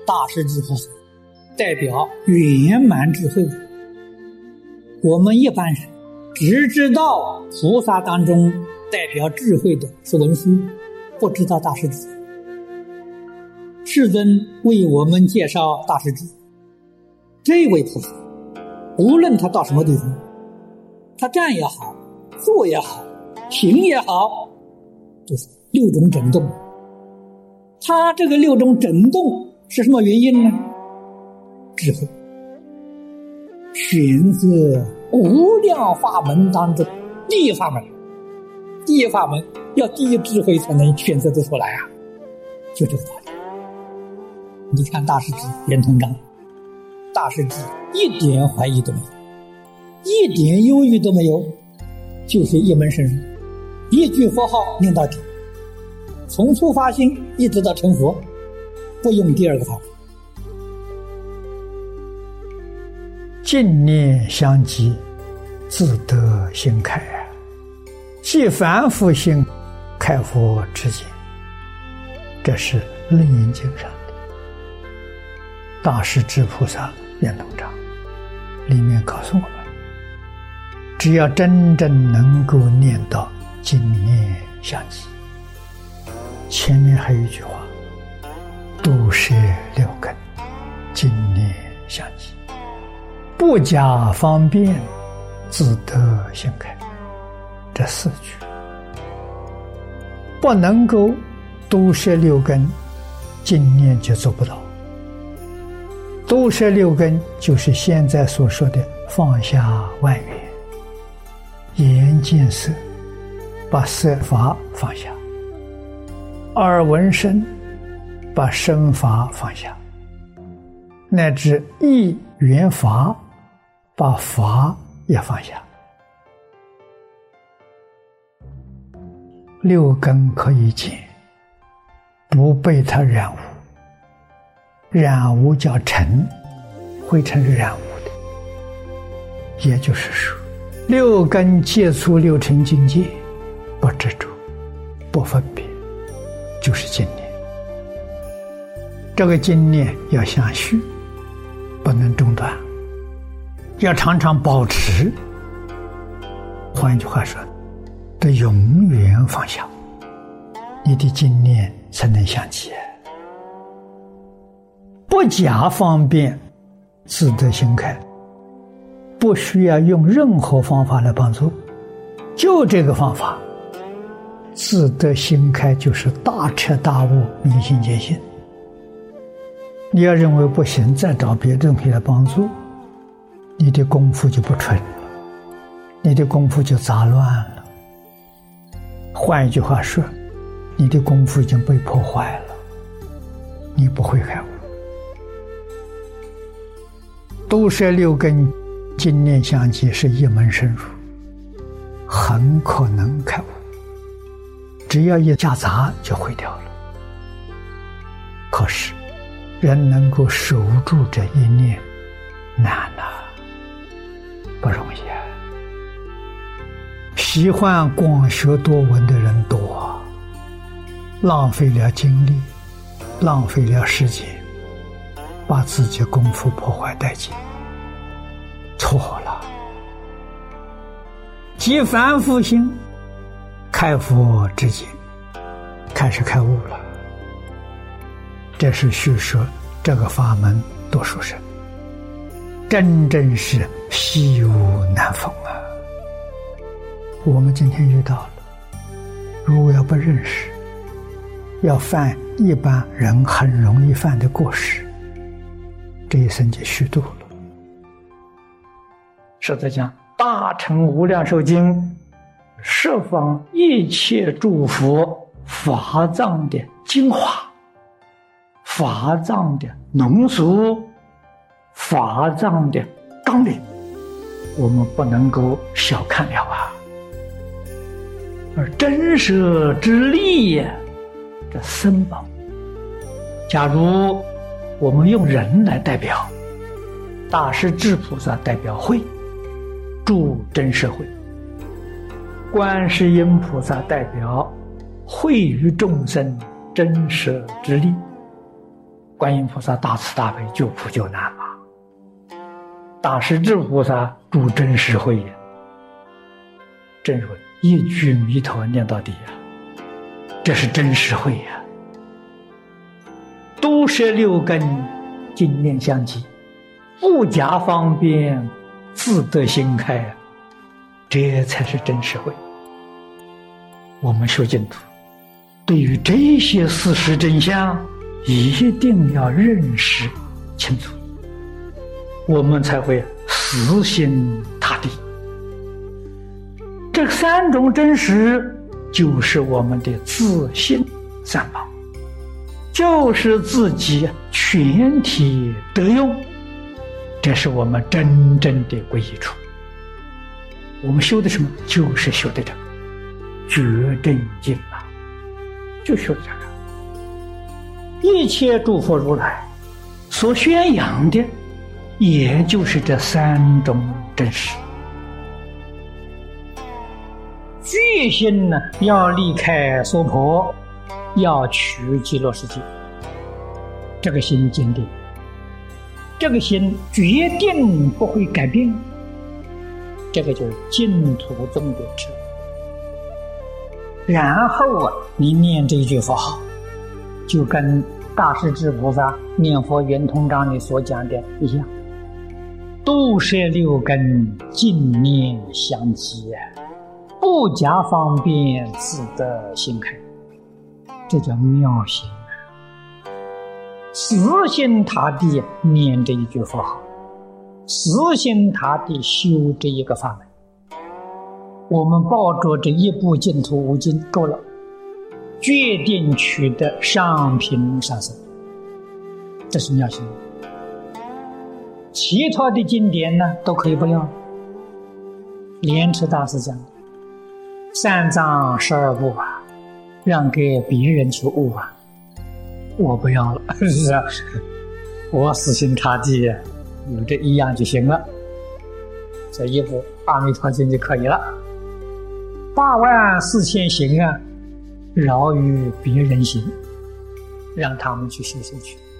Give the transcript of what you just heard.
大势至菩萨代表圆满智慧。我们一般人只知道菩萨当中代表智慧的是文殊，不知道大势至。世尊为我们介绍大势至，这位菩萨无论他到什么地方，他站也好，坐也好，行也好，都是六种整动。他这个六种整动是什么原因呢？智慧。选择无量法门当中第一法门，第一法门要第一智慧才能选择得出来啊，就这个道理。你看大势至圆通章，大势至一点怀疑都没有，一点忧郁都没有，就是一门深入，一句佛号念到底，从初发心一直到成佛，不用第二个法门。 净念相继，自得心开，即凡夫心开佛之见。这是楞严经上的大势至菩萨圆通章里面告诉我们，只要真正能够念到净念相继，前面还有一句话，度摄六根，净念相继，不假方便，自得心开。这四句不能够度摄六根，净念就做不到。度摄六根就是现在所说的放下万缘，眼见色，把色法放下；耳闻声，把声法放下；乃至意缘法，把法也放下。六根可以见，不被它染污，染污叫尘，灰尘是染污的。也就是说，六根接触六尘境界，不执着，不分别，就是净念。这个净念要相续，不能中断，要常常保持。换一句话说，得永远放下，你的净念才能相继。不假方便，自得心开，不需要用任何方法来帮助，就这个方法，自得心开就是大彻大悟，明心见性。你要认为不行，再找别的东西来帮助，你的功夫就不纯了，你的功夫就杂乱了。换一句话说，你的功夫已经被破坏了，你不会开悟。度摄六根，净念相继是一门深入，很可能开悟，只要一夹杂就毁掉了。可是人能够守住这一念，难啊，不容易啊。喜欢广学多闻的人多，浪费了精力，浪费了时间，把自己功夫破坏殆尽，错了。即凡夫心，开佛之见，开始开悟了。这是叙说这个法门多殊胜，真正是稀有难逢啊！我们今天遇到了，如果要不认识，要犯一般人很容易犯的过失，这一生就虚度了。是在讲大乘无量寿经，十方一切诸佛法藏的精华，法藏的浓缩，法藏的纲领，我们不能够小看了啊！而真舍之力，这僧宝，假如我们用人来代表，大势至菩萨代表慧，助真社会；观世音菩萨代表惠于众生真舍之力； 观音菩萨大慈大悲，救苦救难嘛。大势至菩萨住真实慧呀，真实慧一句弥陀念到底呀，这是真实慧呀。都摄六根，净念相继，不假方便，自得心开，这才是真实慧。我们修净土，对于这些事实真相，一定要认识清楚，我们才会死心塌地。这三种真实，就是我们的自信三宝，就是自己全体得用，这是我们真正的皈依处。我们修的什么？就是修的这个觉真经啊，就修的这个。一切诸佛如来所宣扬的，也就是这三种真实。决心呢，要离开娑婆，要取极乐世界，这个心坚定，这个心决定不会改变，这个就是净土中的智。然后你念这一句佛号，就跟大势至菩萨念佛圆通章里所讲的一样，都摄六根，净念相继，不假方便，自得心开，这叫妙心啊！死心塌地念这一句佛号，死心塌地修这一个法门，我们抱着这一部净土五经够了，决定取得上品上生，这是妙心。其他的经典呢，都可以不要。莲池大师讲三藏12部啊，让给别人去悟啊，我不要了。是啊，我死心塌地有这一样就行了，这一部《阿弥陀经》就可以了。84000行啊，饶于别人行，让他们去修行去。